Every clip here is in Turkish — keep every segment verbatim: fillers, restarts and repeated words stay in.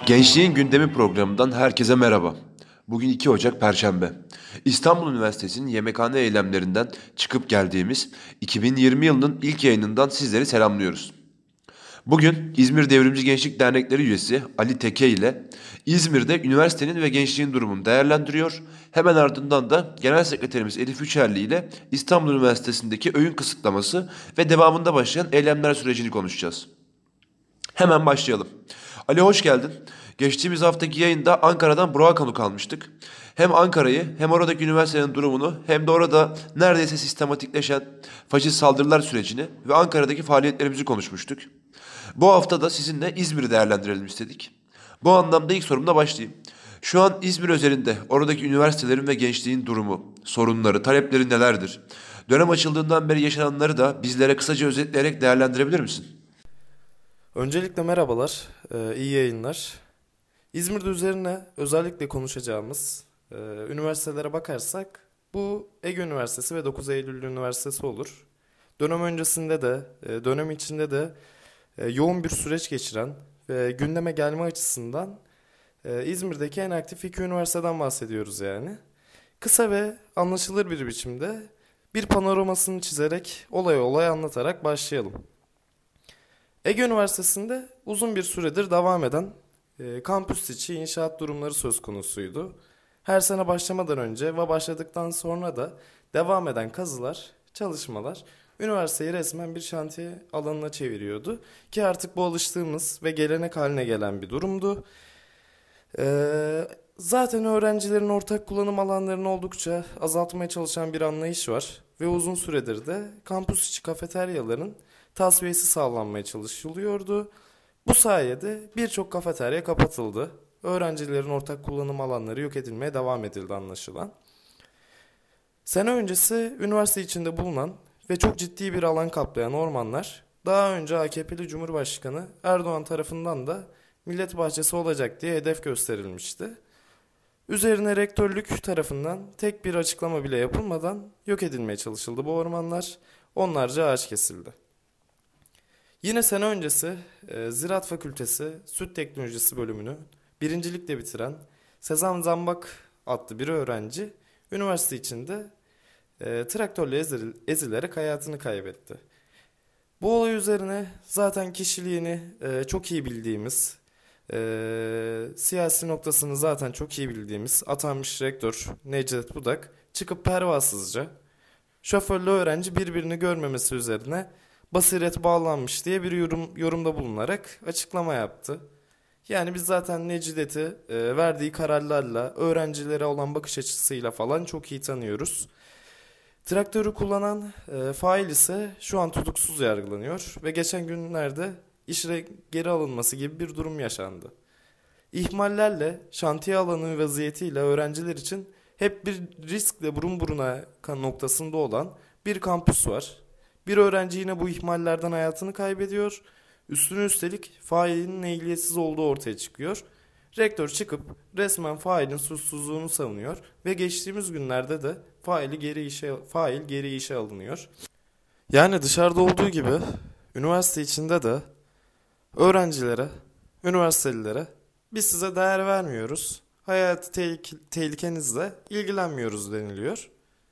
Gençliğin Gündemi programından herkese merhaba. Bugün iki Ocak Perşembe. İstanbul Üniversitesi'nin yemekhane eylemlerinden çıkıp geldiğimiz iki bin yirmi yılının ilk yayınından sizleri selamlıyoruz. Bugün İzmir Devrimci Gençlik Dernekleri üyesi Ali Teke ile İzmir'de üniversitenin ve gençliğin durumunu değerlendiriyor. Hemen ardından da Genel Sekreterimiz Elif Üçerli ile İstanbul Üniversitesi'ndeki öğün kısıtlaması ve devamında başlayan eylemler sürecini konuşacağız. Hemen başlayalım. Ali hoş geldin. Geçtiğimiz haftaki yayında Ankara'dan Burak'a konuk almıştık. Hem Ankara'yı hem oradaki üniversitenin durumunu hem de orada neredeyse sistematikleşen faşist saldırılar sürecini ve Ankara'daki faaliyetlerimizi konuşmuştuk. Bu hafta da sizinle İzmir'i değerlendirelim istedik. Bu anlamda ilk sorumla başlayayım. Şu an İzmir özelinde oradaki üniversitelerin ve gençliğin durumu, sorunları, talepleri nelerdir? Dönem açıldığından beri yaşananları da bizlere kısaca özetleyerek değerlendirebilir misin? Öncelikle merhabalar, e, iyi yayınlar. İzmir'de üzerine özellikle konuşacağımız e, üniversitelere bakarsak bu Ege Üniversitesi ve dokuz Eylül Üniversitesi olur. Dönem öncesinde de, e, dönem içinde de e, yoğun bir süreç geçiren ve gündeme gelme açısından e, İzmir'deki en aktif iki üniversiteden bahsediyoruz yani. Kısa ve anlaşılır bir biçimde bir panoramasını çizerek olay olay anlatarak başlayalım. Ege Üniversitesi'nde uzun bir süredir devam eden e, kampüs içi inşaat durumları söz konusuydu. Her sene başlamadan önce ve başladıktan sonra da devam eden kazılar, çalışmalar üniversiteyi resmen bir şantiye alanına çeviriyordu. Ki artık bu alıştığımız ve gelenek haline gelen bir durumdu. E, zaten öğrencilerin ortak kullanım alanlarını oldukça azaltmaya çalışan bir anlayış var. Ve uzun süredir de kampüs içi kafeteryaların tasfiyesi sağlanmaya çalışılıyordu. Bu sayede birçok kafeterya kapatıldı. Öğrencilerin ortak kullanım alanları yok edilmeye devam edildi anlaşılan. Sene öncesi üniversite içinde bulunan ve çok ciddi bir alan kaplayan ormanlar, daha önce A K P'li Cumhurbaşkanı Erdoğan tarafından da millet bahçesi olacak diye hedef gösterilmişti. Üzerine rektörlük tarafından tek bir açıklama bile yapılmadan yok edilmeye çalışıldı bu ormanlar. Onlarca ağaç kesildi. Yine sene öncesi e, Ziraat Fakültesi Süt Teknolojisi bölümünü birincilikle bitiren Sezan Zambak adlı bir öğrenci üniversite içinde e, traktörle ezil, ezilerek hayatını kaybetti. Bu olay üzerine zaten kişiliğini e, çok iyi bildiğimiz, e, siyasi noktasını zaten çok iyi bildiğimiz atanmış rektör Necdet Budak çıkıp pervasızca şoförlü öğrenci birbirini görmemesi üzerine basiret bağlanmış diye bir yorum, yorumda bulunarak açıklama yaptı. Yani biz zaten Necdet'i e, verdiği kararlarla, öğrencilere olan bakış açısıyla falan çok iyi tanıyoruz. Traktörü kullanan e, fail ise şu an tutuksuz yargılanıyor ve geçen günlerde işe geri alınması gibi bir durum yaşandı. İhmallerle, şantiye alanı vaziyetiyle öğrenciler için hep bir riskle burun buruna noktasında olan bir kampüs var. Bir öğrenci yine bu ihmallerden hayatını kaybediyor. Üstüne üstelik failin ehliyetsiz olduğu ortaya çıkıyor. Rektör çıkıp resmen failin suçsuzluğunu savunuyor ve geçtiğimiz günlerde de faili geri işe fail geri işe alınıyor. Yani dışarıda olduğu gibi üniversite içinde de öğrencilere, üniversitelilere biz size değer vermiyoruz. Hayati tehlike, tehlitenizle ilgilenmiyoruz deniliyor.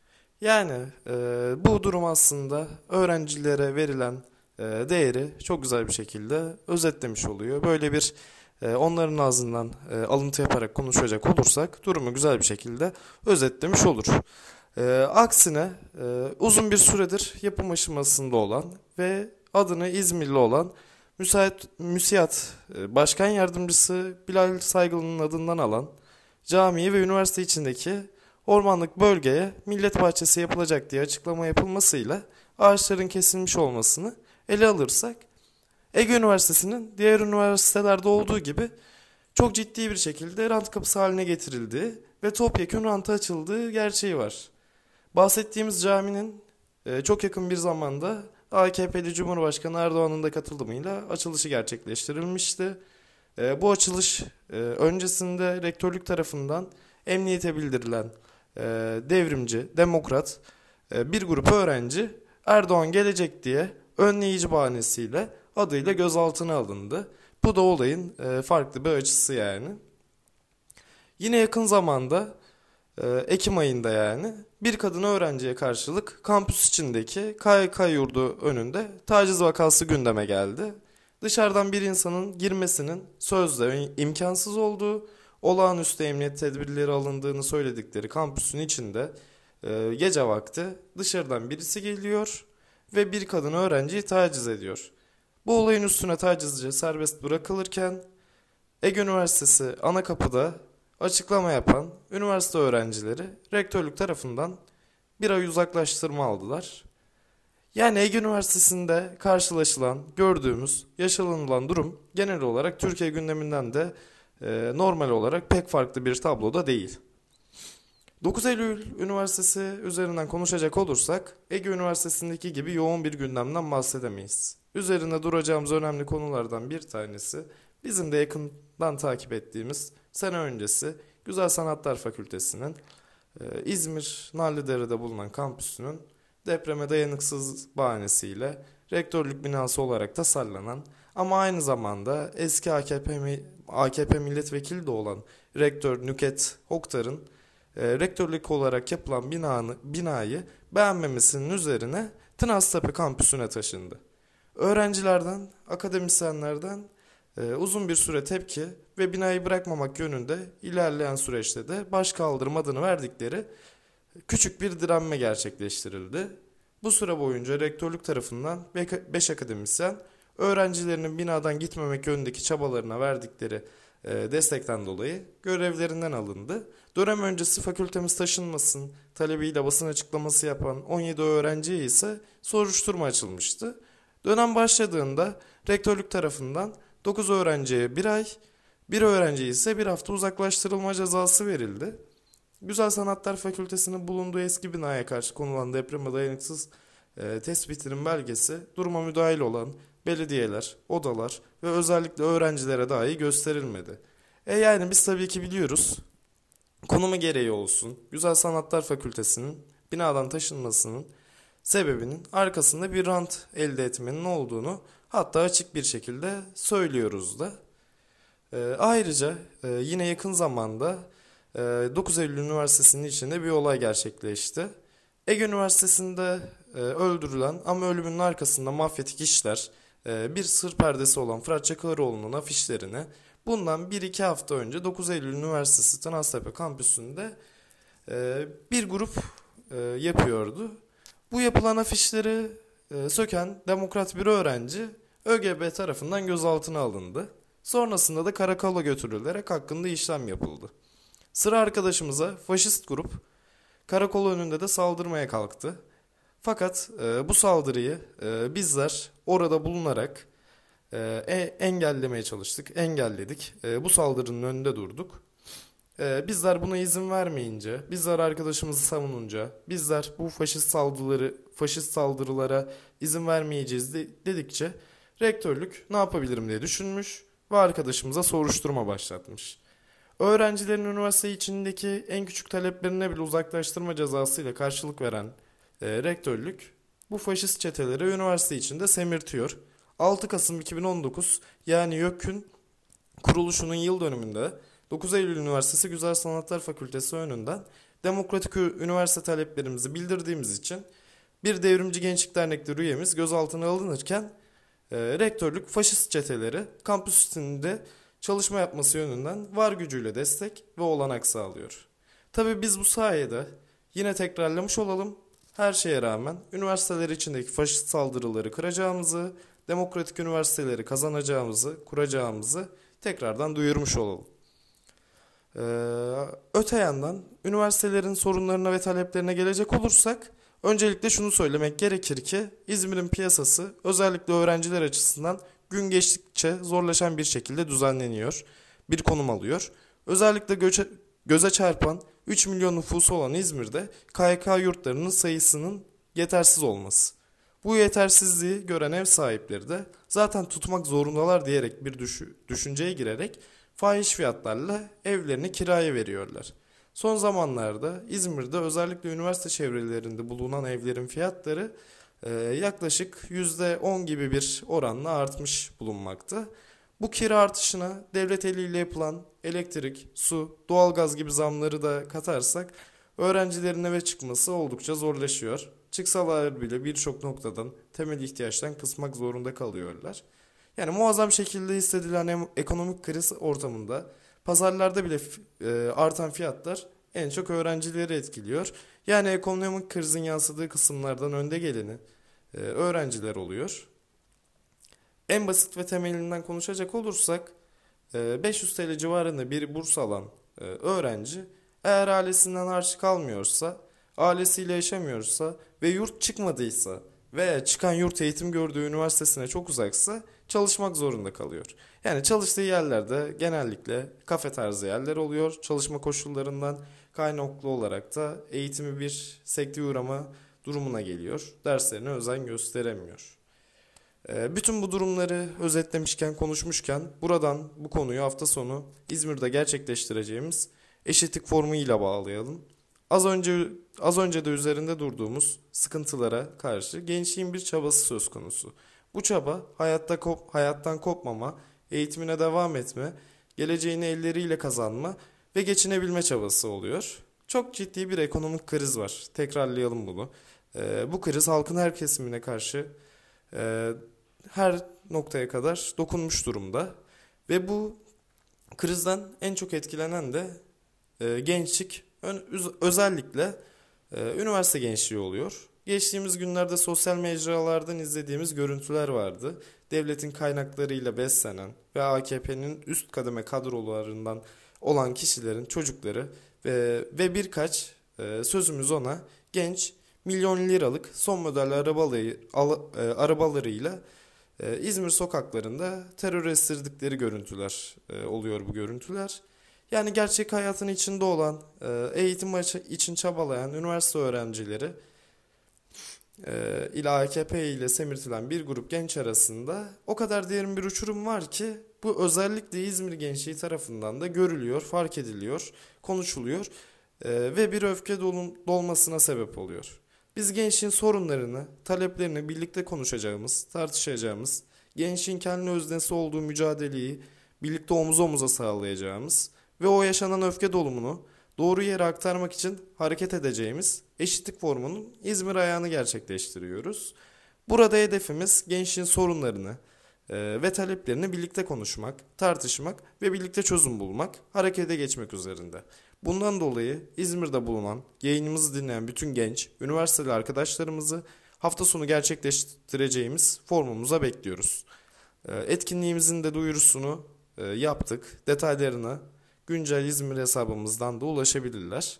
Yani e, bu durum aslında öğrencilere verilen e, değeri çok güzel bir şekilde özetlemiş oluyor. Böyle bir e, onların ağzından e, alıntı yaparak konuşacak olursak durumu güzel bir şekilde özetlemiş olur. E, aksine e, uzun bir süredir yapım aşamasında olan ve adını İzmirli olan Müsait, MÜSİAD e, Başkan Yardımcısı Bilal Saygılı'nın adından alan camiyi ve üniversite içindeki ormanlık bölgeye millet bahçesi yapılacak diye açıklama yapılmasıyla ağaçların kesilmiş olmasını ele alırsak Ege Üniversitesi'nin diğer üniversitelerde olduğu gibi çok ciddi bir şekilde rant kapısı haline getirildiği ve topyekün ranta açıldığı gerçeği var. Bahsettiğimiz caminin çok yakın bir zamanda A K P'li Cumhurbaşkanı Erdoğan'ın da katılımıyla açılışı gerçekleştirilmişti. Bu açılış öncesinde rektörlük tarafından emniyete bildirilen e, devrimci, demokrat e, bir grup öğrenci Erdoğan gelecek diye önleyici bahanesiyle adıyla gözaltına alındı. Bu da olayın e, farklı bir açısı yani. Yine yakın zamanda e, Ekim ayında yani bir kadın öğrenciye karşılık kampüs içindeki K Y K yurdu önünde taciz vakası gündeme geldi. Dışarıdan bir insanın girmesinin sözde imkansız olduğu, olağanüstü emniyet tedbirleri alındığını söyledikleri kampüsün içinde e, gece vakti dışarıdan birisi geliyor ve bir kadın öğrenciyi taciz ediyor. Bu olayın üstüne tacizci serbest bırakılırken Ege Üniversitesi ana kapıda açıklama yapan üniversite öğrencileri rektörlük tarafından bir ay uzaklaştırma aldılar. Yani Ege Üniversitesi'nde karşılaşılan, gördüğümüz, yaşanılan durum genel olarak Türkiye gündeminden de e, normal olarak pek farklı bir tabloda değil. dokuz Eylül Üniversitesi üzerinden konuşacak olursak Ege Üniversitesi'ndeki gibi yoğun bir gündemden bahsedemeyiz. Üzerinde duracağımız önemli konulardan bir tanesi bizim de yakından takip ettiğimiz sene öncesi Güzel Sanatlar Fakültesi'nin e, İzmir Narlıdere'de bulunan kampüsünün depreme dayanıksız bahanesiyle rektörlük binası olarak tasarlanan ama aynı zamanda eski A K P, mi- A K P milletvekili de olan rektör Nükhet Oktar'ın e, rektörlük olarak yapılan binanı, binayı beğenmemesinin üzerine Tınaztepe kampüsüne taşındı. Öğrencilerden, akademisyenlerden e, uzun bir süre tepki ve binayı bırakmamak yönünde ilerleyen süreçte de başkaldırım adını verdikleri küçük bir direnme gerçekleştirildi. Bu süre boyunca rektörlük tarafından beş akademisyen öğrencilerinin binadan gitmemek yönündeki çabalarına verdikleri e, destekten dolayı görevlerinden alındı. Dönem öncesi fakültemiz taşınmasın talebiyle basın açıklaması yapan on yedi öğrenciye ise soruşturma açılmıştı. Dönem başladığında rektörlük tarafından dokuz öğrenciye bir ay, bir öğrenciye ise bir hafta uzaklaştırılma cezası verildi. Güzel Sanatlar Fakültesi'nin bulunduğu eski binaya karşı konulan depreme dayanıksız e, tespitinin belgesi duruma müdahil olan belediyeler, odalar ve özellikle öğrencilere dahi gösterilmedi. E yani biz tabii ki biliyoruz, konumu gereği olsun Güzel Sanatlar Fakültesi'nin binadan taşınmasının sebebinin arkasında bir rant elde etmenin olduğunu hatta açık bir şekilde söylüyoruz da. E, ayrıca e, yine yakın zamanda dokuz Eylül Üniversitesi'nin içinde bir olay gerçekleşti. Ege Üniversitesi'nde e, öldürülen ama ölümünün arkasında mafyatik işler, e, bir sır perdesi olan Fırat Çakıroğlu'nun afişlerini bundan bir iki hafta önce dokuz Eylül Üniversitesi Tınaztepe kampüsünde e, bir grup e, yapıyordu. Bu yapılan afişleri e, söken demokrat bir öğrenci ÖGB tarafından gözaltına alındı. Sonrasında da karakola götürülerek hakkında işlem yapıldı. Sıra arkadaşımıza faşist grup karakol önünde de saldırmaya kalktı. Fakat e, bu saldırıyı e, bizler orada bulunarak e, engellemeye çalıştık, engelledik. E, bu saldırının önünde durduk. E, bizler buna izin vermeyince, bizler arkadaşımızı savununca, bizler bu faşist saldırıları, faşist saldırılara izin vermeyeceğiz de, dedikçe rektörlük ne yapabilirim diye düşünmüş ve arkadaşımıza soruşturma başlatmış. Öğrencilerin üniversite içindeki en küçük taleplerine bile uzaklaştırma cezasıyla karşılık veren e, rektörlük bu faşist çeteleri üniversite içinde semirtiyor. altı Kasım iki bin on dokuz yani YÖK'ün kuruluşunun yıl dönümünde dokuz Eylül Üniversitesi Güzel Sanatlar Fakültesi önünden demokratik üniversite taleplerimizi bildirdiğimiz için bir devrimci gençlik dernekleri üyemiz gözaltına alınırken e, rektörlük faşist çeteleri kampüs içinde çalışma yapması yönünden var gücüyle destek ve olanak sağlıyor. Tabii biz bu sayede yine tekrarlamış olalım, her şeye rağmen üniversiteler içindeki faşist saldırıları kıracağımızı, demokratik üniversiteleri kazanacağımızı, kuracağımızı tekrardan duyurmuş olalım. Ee, öte yandan üniversitelerin sorunlarına ve taleplerine gelecek olursak, öncelikle şunu söylemek gerekir ki İzmir'in piyasası özellikle öğrenciler açısından gün geçtikçe zorlaşan bir şekilde düzenleniyor, bir konum alıyor. Özellikle göçe, göze çarpan üç milyon nüfusu olan İzmir'de K Y K yurtlarının sayısının yetersiz olması. Bu yetersizliği gören ev sahipleri de zaten tutmak zorundalar diyerek bir düşü, düşünceye girerek fahiş fiyatlarla evlerini kiraya veriyorlar. Son zamanlarda İzmir'de özellikle üniversite çevrelerinde bulunan evlerin fiyatları e, yaklaşık yüzde on gibi bir oranla artmış bulunmakta. Bu kira artışına devlet eliyle yapılan elektrik, su, doğalgaz gibi zamları da katarsak öğrencilerin eve çıkması oldukça zorlaşıyor. Çıksalar bile birçok noktadan temel ihtiyaçtan kısmak zorunda kalıyorlar. Yani muazzam şekilde hissedilen em- ekonomik kriz ortamında pazarlarda bile f- e, artan fiyatlar en çok öğrencileri etkiliyor. Yani ekonomik krizin yansıdığı kısımlardan önde geleni e, öğrenciler oluyor. En basit ve temelinden konuşacak olursak e, beş yüz T L civarında bir burs alan e, öğrenci eğer ailesinden harçlık almıyorsa, ailesiyle yaşamıyorsa ve yurt çıkmadıysa veya çıkan yurt eğitim gördüğü üniversitesine çok uzaksa çalışmak zorunda kalıyor. Yani çalıştığı yerlerde genellikle kafe tarzı yerler oluyor. Çalışma koşullarından kaynaklı olarak da eğitimi bir sekteye uğrama durumuna geliyor. Derslerine özen gösteremiyor. Ee, Bütün bu durumları özetlemişken, konuşmuşken buradan bu konuyu hafta sonu İzmir'de gerçekleştireceğimiz eşitlik forumu ile bağlayalım. Az önce az önce de üzerinde durduğumuz sıkıntılara karşı gençliğin bir çabası söz konusu. Bu çaba hayatta kop, hayattan kopmama, eğitimine devam etme, geleceğini elleriyle kazanma ve geçinebilme çabası oluyor. Çok ciddi bir ekonomik kriz var. Tekrarlayalım bunu. Ee, bu kriz halkın her kesimine karşı e, her noktaya kadar dokunmuş durumda. Ve bu krizden en çok etkilenen de e, gençlik, ön- üz- özellikle e, üniversite gençliği oluyor. Geçtiğimiz günlerde sosyal mecralardan izlediğimiz görüntüler vardı. Devletin kaynaklarıyla beslenen ve A K P'nin üst kademe kadrolarından olan kişilerin çocukları ve, ve birkaç e, sözümüz ona genç milyon liralık son model arabaları, al- e, arabalarıyla e, İzmir sokaklarında terör estirdikleri görüntüler e, oluyor bu görüntüler. Yani gerçek hayatın içinde olan, e, eğitim açı- için çabalayan üniversite öğrencileri e, ile A K P ile semirtilen bir grup genç arasında o kadar derin bir uçurum var ki bu özellikle İzmir gençliği tarafından da görülüyor, fark ediliyor, konuşuluyor e, ve bir öfke dolun- dolmasına sebep oluyor. Biz gençliğin sorunlarını, taleplerini birlikte konuşacağımız, tartışacağımız, gençliğin kendi öznesi olduğu mücadeleyi birlikte omuz omuza sağlayacağımız ve o yaşanan öfke dolumunu doğru yere aktarmak için hareket edeceğimiz eşitlik forumunun İzmir ayağını gerçekleştiriyoruz. Burada hedefimiz gençliğin sorunlarını e, ve taleplerini birlikte konuşmak, tartışmak ve birlikte çözüm bulmak, harekete geçmek üzerinde. Bundan dolayı İzmir'de bulunan, yayınımızı dinleyen bütün genç, üniversiteli arkadaşlarımızı hafta sonu gerçekleştireceğimiz forumumuza bekliyoruz. E, Etkinliğimizin de duyurusunu e, yaptık. Detaylarına güncel İzmir hesabımızdan da ulaşabilirler.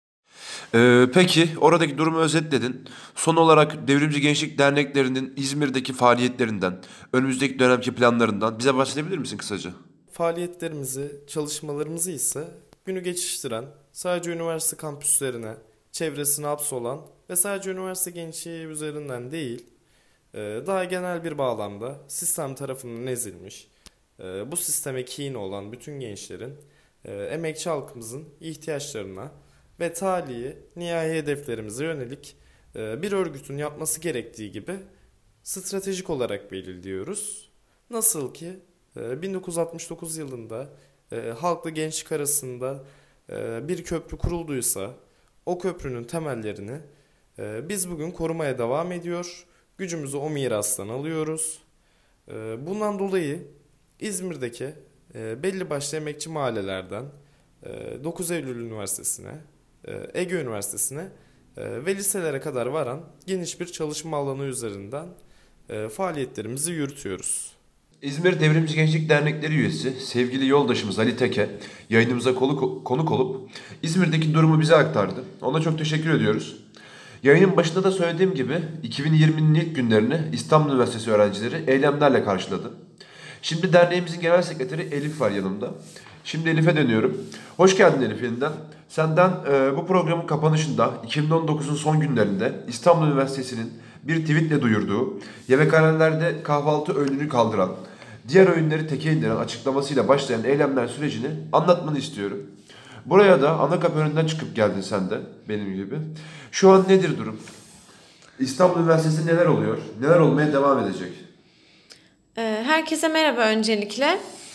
Ee, peki oradaki durumu özetledin. Son olarak Devrimci Gençlik Derneklerinin İzmir'deki faaliyetlerinden, önümüzdeki dönemki planlarından bize bahsedebilir misin kısaca? Faaliyetlerimizi, çalışmalarımızı ise günü geçiştiren, sadece üniversite kampüslerine, çevresine hapsolan ve sadece üniversite gençliği üzerinden değil, e, daha genel bir bağlamda sistem tarafından ezilmiş, e, bu sisteme kin olan bütün gençlerin, e, emekçi halkımızın ihtiyaçlarına ve talihi nihai hedeflerimize yönelik e, bir örgütün yapması gerektiği gibi stratejik olarak belirliyoruz. Nasıl ki e, bin dokuz yüz altmış dokuz yılında e, halkla gençlik arasında e, bir köprü kurulduysa o köprünün temellerini e, biz bugün korumaya devam ediyor. Gücümüzü o mirastan alıyoruz. E, Bundan dolayı İzmir'deki e, belli başlı emekçi mahallelerden e, dokuz Eylül Üniversitesi'ne, e, Ege Üniversitesi'ne e, ve liselere kadar varan geniş bir çalışma alanı üzerinden e, faaliyetlerimizi yürütüyoruz. İzmir Devrimci Gençlik Dernekleri üyesi sevgili yoldaşımız Ali Teke yayınımıza konu- konuk olup İzmir'deki durumu bize aktardı. Ona çok teşekkür ediyoruz. Yayının başında da söylediğim gibi iki bin yirminin ilk günlerini İstanbul Üniversitesi öğrencileri eylemlerle karşıladı. Şimdi derneğimizin genel sekreteri Elif var yanımda. Şimdi Elif'e dönüyorum. Hoş geldin Elif yeniden. Senden e, bu programın kapanışında iki bin on dokuzun son günlerinde İstanbul Üniversitesi'nin bir tweetle duyurduğu yemekhanelerde kahvaltı öğününü kaldıran, diğer öğünleri teke indiren açıklamasıyla başlayan eylemler sürecini anlatmanı istiyorum. Buraya da ana kapı önünden çıkıp geldin sen de benim gibi. Şu an nedir durum? İstanbul Üniversitesi'nde neler oluyor? Neler olmaya devam edecek? Ee, Herkese merhaba öncelikle.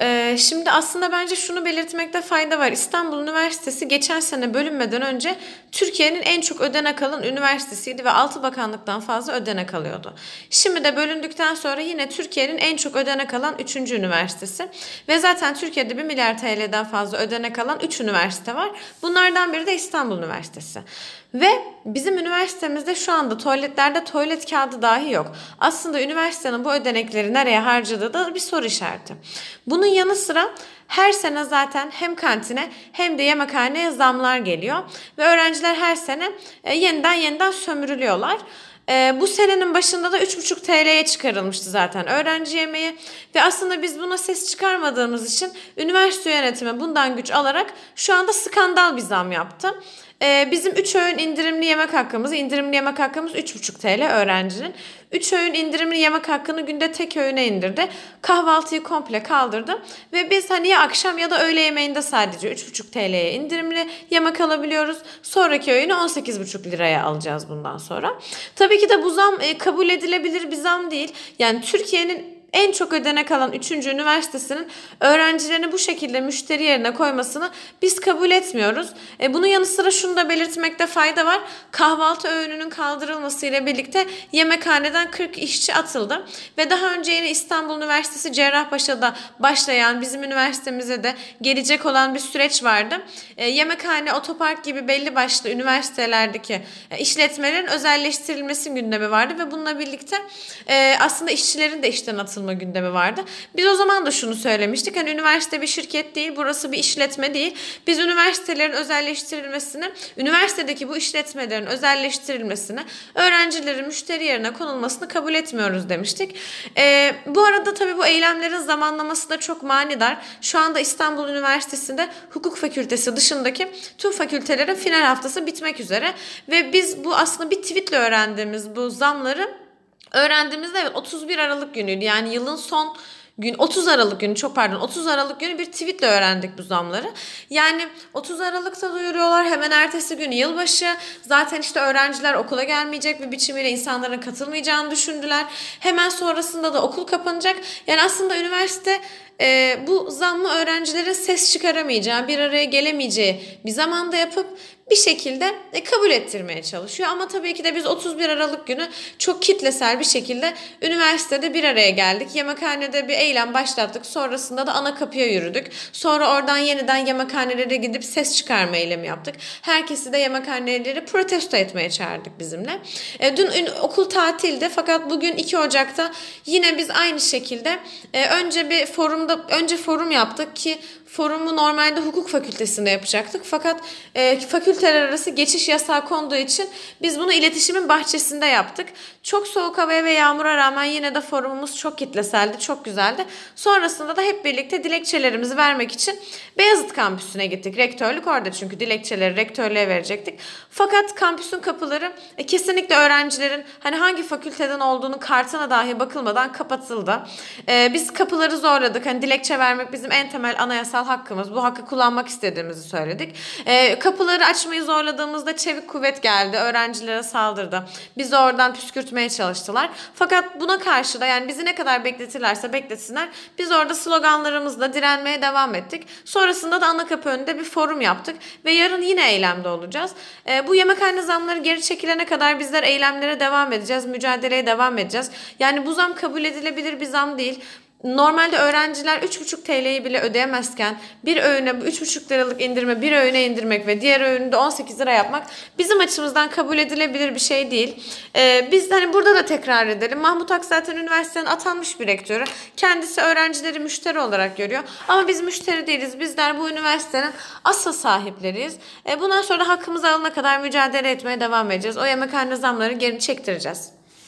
Ee, şimdi aslında bence şunu belirtmekte fayda var. İstanbul Üniversitesi geçen sene bölünmeden önce Türkiye'nin en çok ödenek alan üniversitesiydi ve altı bakanlıktan fazla ödenek alıyordu. Şimdi de bölündükten sonra yine Türkiye'nin en çok ödenek alan üçüncü üniversitesi ve zaten Türkiye'de bir milyar T L'den fazla ödenek alan üç üniversite var. Bunlardan biri de İstanbul Üniversitesi. Ve bizim üniversitemizde şu anda tuvaletlerde tuvalet kağıdı dahi yok. Aslında üniversitenin bu ödenekleri nereye harcadığı da bir soru işareti. Bunun yanı sıra her sene zaten hem kantine hem de yemekhaneye zamlar geliyor. Ve öğrenciler her sene e, yeniden yeniden sömürülüyorlar. Ee, bu senenin başında da üç buçuk T L'ye çıkarılmıştı zaten öğrenci yemeği ve aslında biz buna ses çıkarmadığımız için üniversite yönetimi bundan güç alarak şu anda skandal bir zam yaptı. Ee, bizim üç öğün indirimli yemek hakkımız, indirimli yemek hakkımız üç buçuk T L öğrencinin. üç öğün indirimli yemek hakkını günde tek öğüne indirdi. Kahvaltıyı komple kaldırdı. Ve biz hani ya akşam ya da öğle yemeğinde sadece üç buçuk T L'ye indirimli yemek alabiliyoruz. Sonraki öğünü on sekiz buçuk liraya alacağız bundan sonra. Tabii ki de bu zam e, kabul edilebilir bir zam değil. Yani Türkiye'nin en çok ödenek alan üçüncü üniversitesinin öğrencilerini bu şekilde müşteri yerine koymasını biz kabul etmiyoruz. E, bunun yanı sıra şunu da belirtmekte fayda var. Kahvaltı öğününün kaldırılmasıyla birlikte yemekhaneden kırk işçi atıldı. Ve daha önce yine İstanbul Üniversitesi Cerrahpaşa'da başlayan bizim üniversitemize de gelecek olan bir süreç vardı. E, yemekhane, otopark gibi belli başlı üniversitelerdeki e, işletmelerin özelleştirilmesi gündemi vardı. Ve bununla birlikte e, aslında işçilerin de işten atılması gündemi vardı. Biz o zaman da şunu söylemiştik. Hani üniversite bir şirket değil, burası bir işletme değil. Biz üniversitelerin özelleştirilmesini, üniversitedeki bu işletmelerin özelleştirilmesini, öğrencilerin müşteri yerine konulmasını kabul etmiyoruz demiştik. Ee, bu arada tabii bu eylemlerin zamanlaması da çok manidar. Şu anda İstanbul Üniversitesi'nde hukuk fakültesi dışındaki tüm fakültelerin final haftası bitmek üzere ve biz bu aslında bir tweetle öğrendiğimiz bu zamları öğrendiğimizde evet otuz bir Aralık günüydü. Yani yılın son gün otuz Aralık günü çok pardon otuz Aralık günü bir tweetle öğrendik bu zamları. Yani otuz Aralık'ta duyuruyorlar, hemen ertesi gün yılbaşı. Zaten işte öğrenciler okula gelmeyecek bir biçimiyle insanların katılmayacağını düşündüler. Hemen sonrasında da okul kapanacak. Yani aslında üniversite e, bu zammı öğrencilerin ses çıkaramayacağı, bir araya gelemeyeceği bir zamanda yapıp bir şekilde e, kabul ettirmeye çalışıyor. Ama tabii ki de biz otuz bir Aralık günü çok kitlesel bir şekilde üniversitede bir araya geldik. Yemekhanede bir eylem başlattık. Sonrasında da ana kapıya yürüdük. Sonra oradan yeniden yemekhanelere gidip ses çıkarma eylemi yaptık. Herkesi de yemekhaneleri protesto etmeye çağırdık bizimle. E, dün ün, okul tatilde fakat bugün iki Ocak'ta yine biz aynı şekilde e, önce bir forumda önce forum yaptık ki forumu normalde hukuk fakültesinde yapacaktık. Fakat e, fakülteler arası geçiş yasağı konduğu için biz bunu iletişimin bahçesinde yaptık. Çok soğuk havaya ve yağmura rağmen yine de forumumuz çok kitleseldi, çok güzeldi. Sonrasında da hep birlikte dilekçelerimizi vermek için Beyazıt kampüsüne gittik. Rektörlük orada çünkü dilekçeleri rektörlüğe verecektik. Fakat kampüsün kapıları e, kesinlikle öğrencilerin hani hangi fakülteden olduğunu kartına dahi bakılmadan kapatıldı. E, biz kapıları zorladık. Hani dilekçe vermek bizim en temel anayasal hakkımız. Bu hakkı kullanmak istediğimizi söyledik. E, kapıları açmayı zorladığımızda çevik kuvvet geldi. Öğrencilere saldırdı. Bizi oradan püskürtmeye çalıştılar. Fakat buna karşı da yani bizi ne kadar bekletirlerse bekletsinler. Biz orada sloganlarımızla direnmeye devam ettik. Sonrasında da ana kapı önünde bir forum yaptık. Ve yarın yine eylemde olacağız. E, bu yemekhane zamları geri çekilene kadar bizler eylemlere devam edeceğiz. Mücadeleye devam edeceğiz. Yani bu zam kabul edilebilir bir zam değil. Normalde öğrenciler üç buçuk T L'yi bile ödeyemezken bir öğüne üç buçuk liralık indirme bir öğüne indirmek ve diğer öğünü de on sekiz lira yapmak bizim açımızdan kabul edilebilir bir şey değil. Ee, biz hani burada da tekrar edelim. Mahmut Ak zaten üniversitenin atanmış bir rektörü. Kendisi öğrencileri müşteri olarak görüyor. Ama biz müşteri değiliz. Bizler bu üniversitenin asıl sahipleriyiz. Ee, bundan sonra hakkımızı alana kadar mücadele etmeye devam edeceğiz. O yemekhane zamları geri çektireceğiz.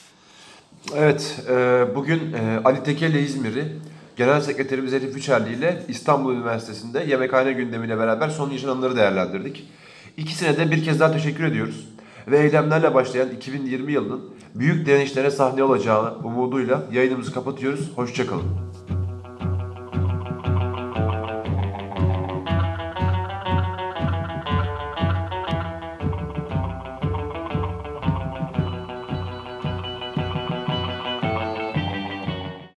Evet, e, bugün e, Ali Tekeli İzmir'i Genel Sekreterimiz Elif Üçerli ile İstanbul Üniversitesi'nde yemekhane gündemiyle beraber son yaşananları değerlendirdik. İkisine de bir kez daha teşekkür ediyoruz. Ve eylemlerle başlayan iki bin yirmi yılının büyük direnişlere sahne olacağı umuduyla yayınımızı kapatıyoruz. Hoşça kalın.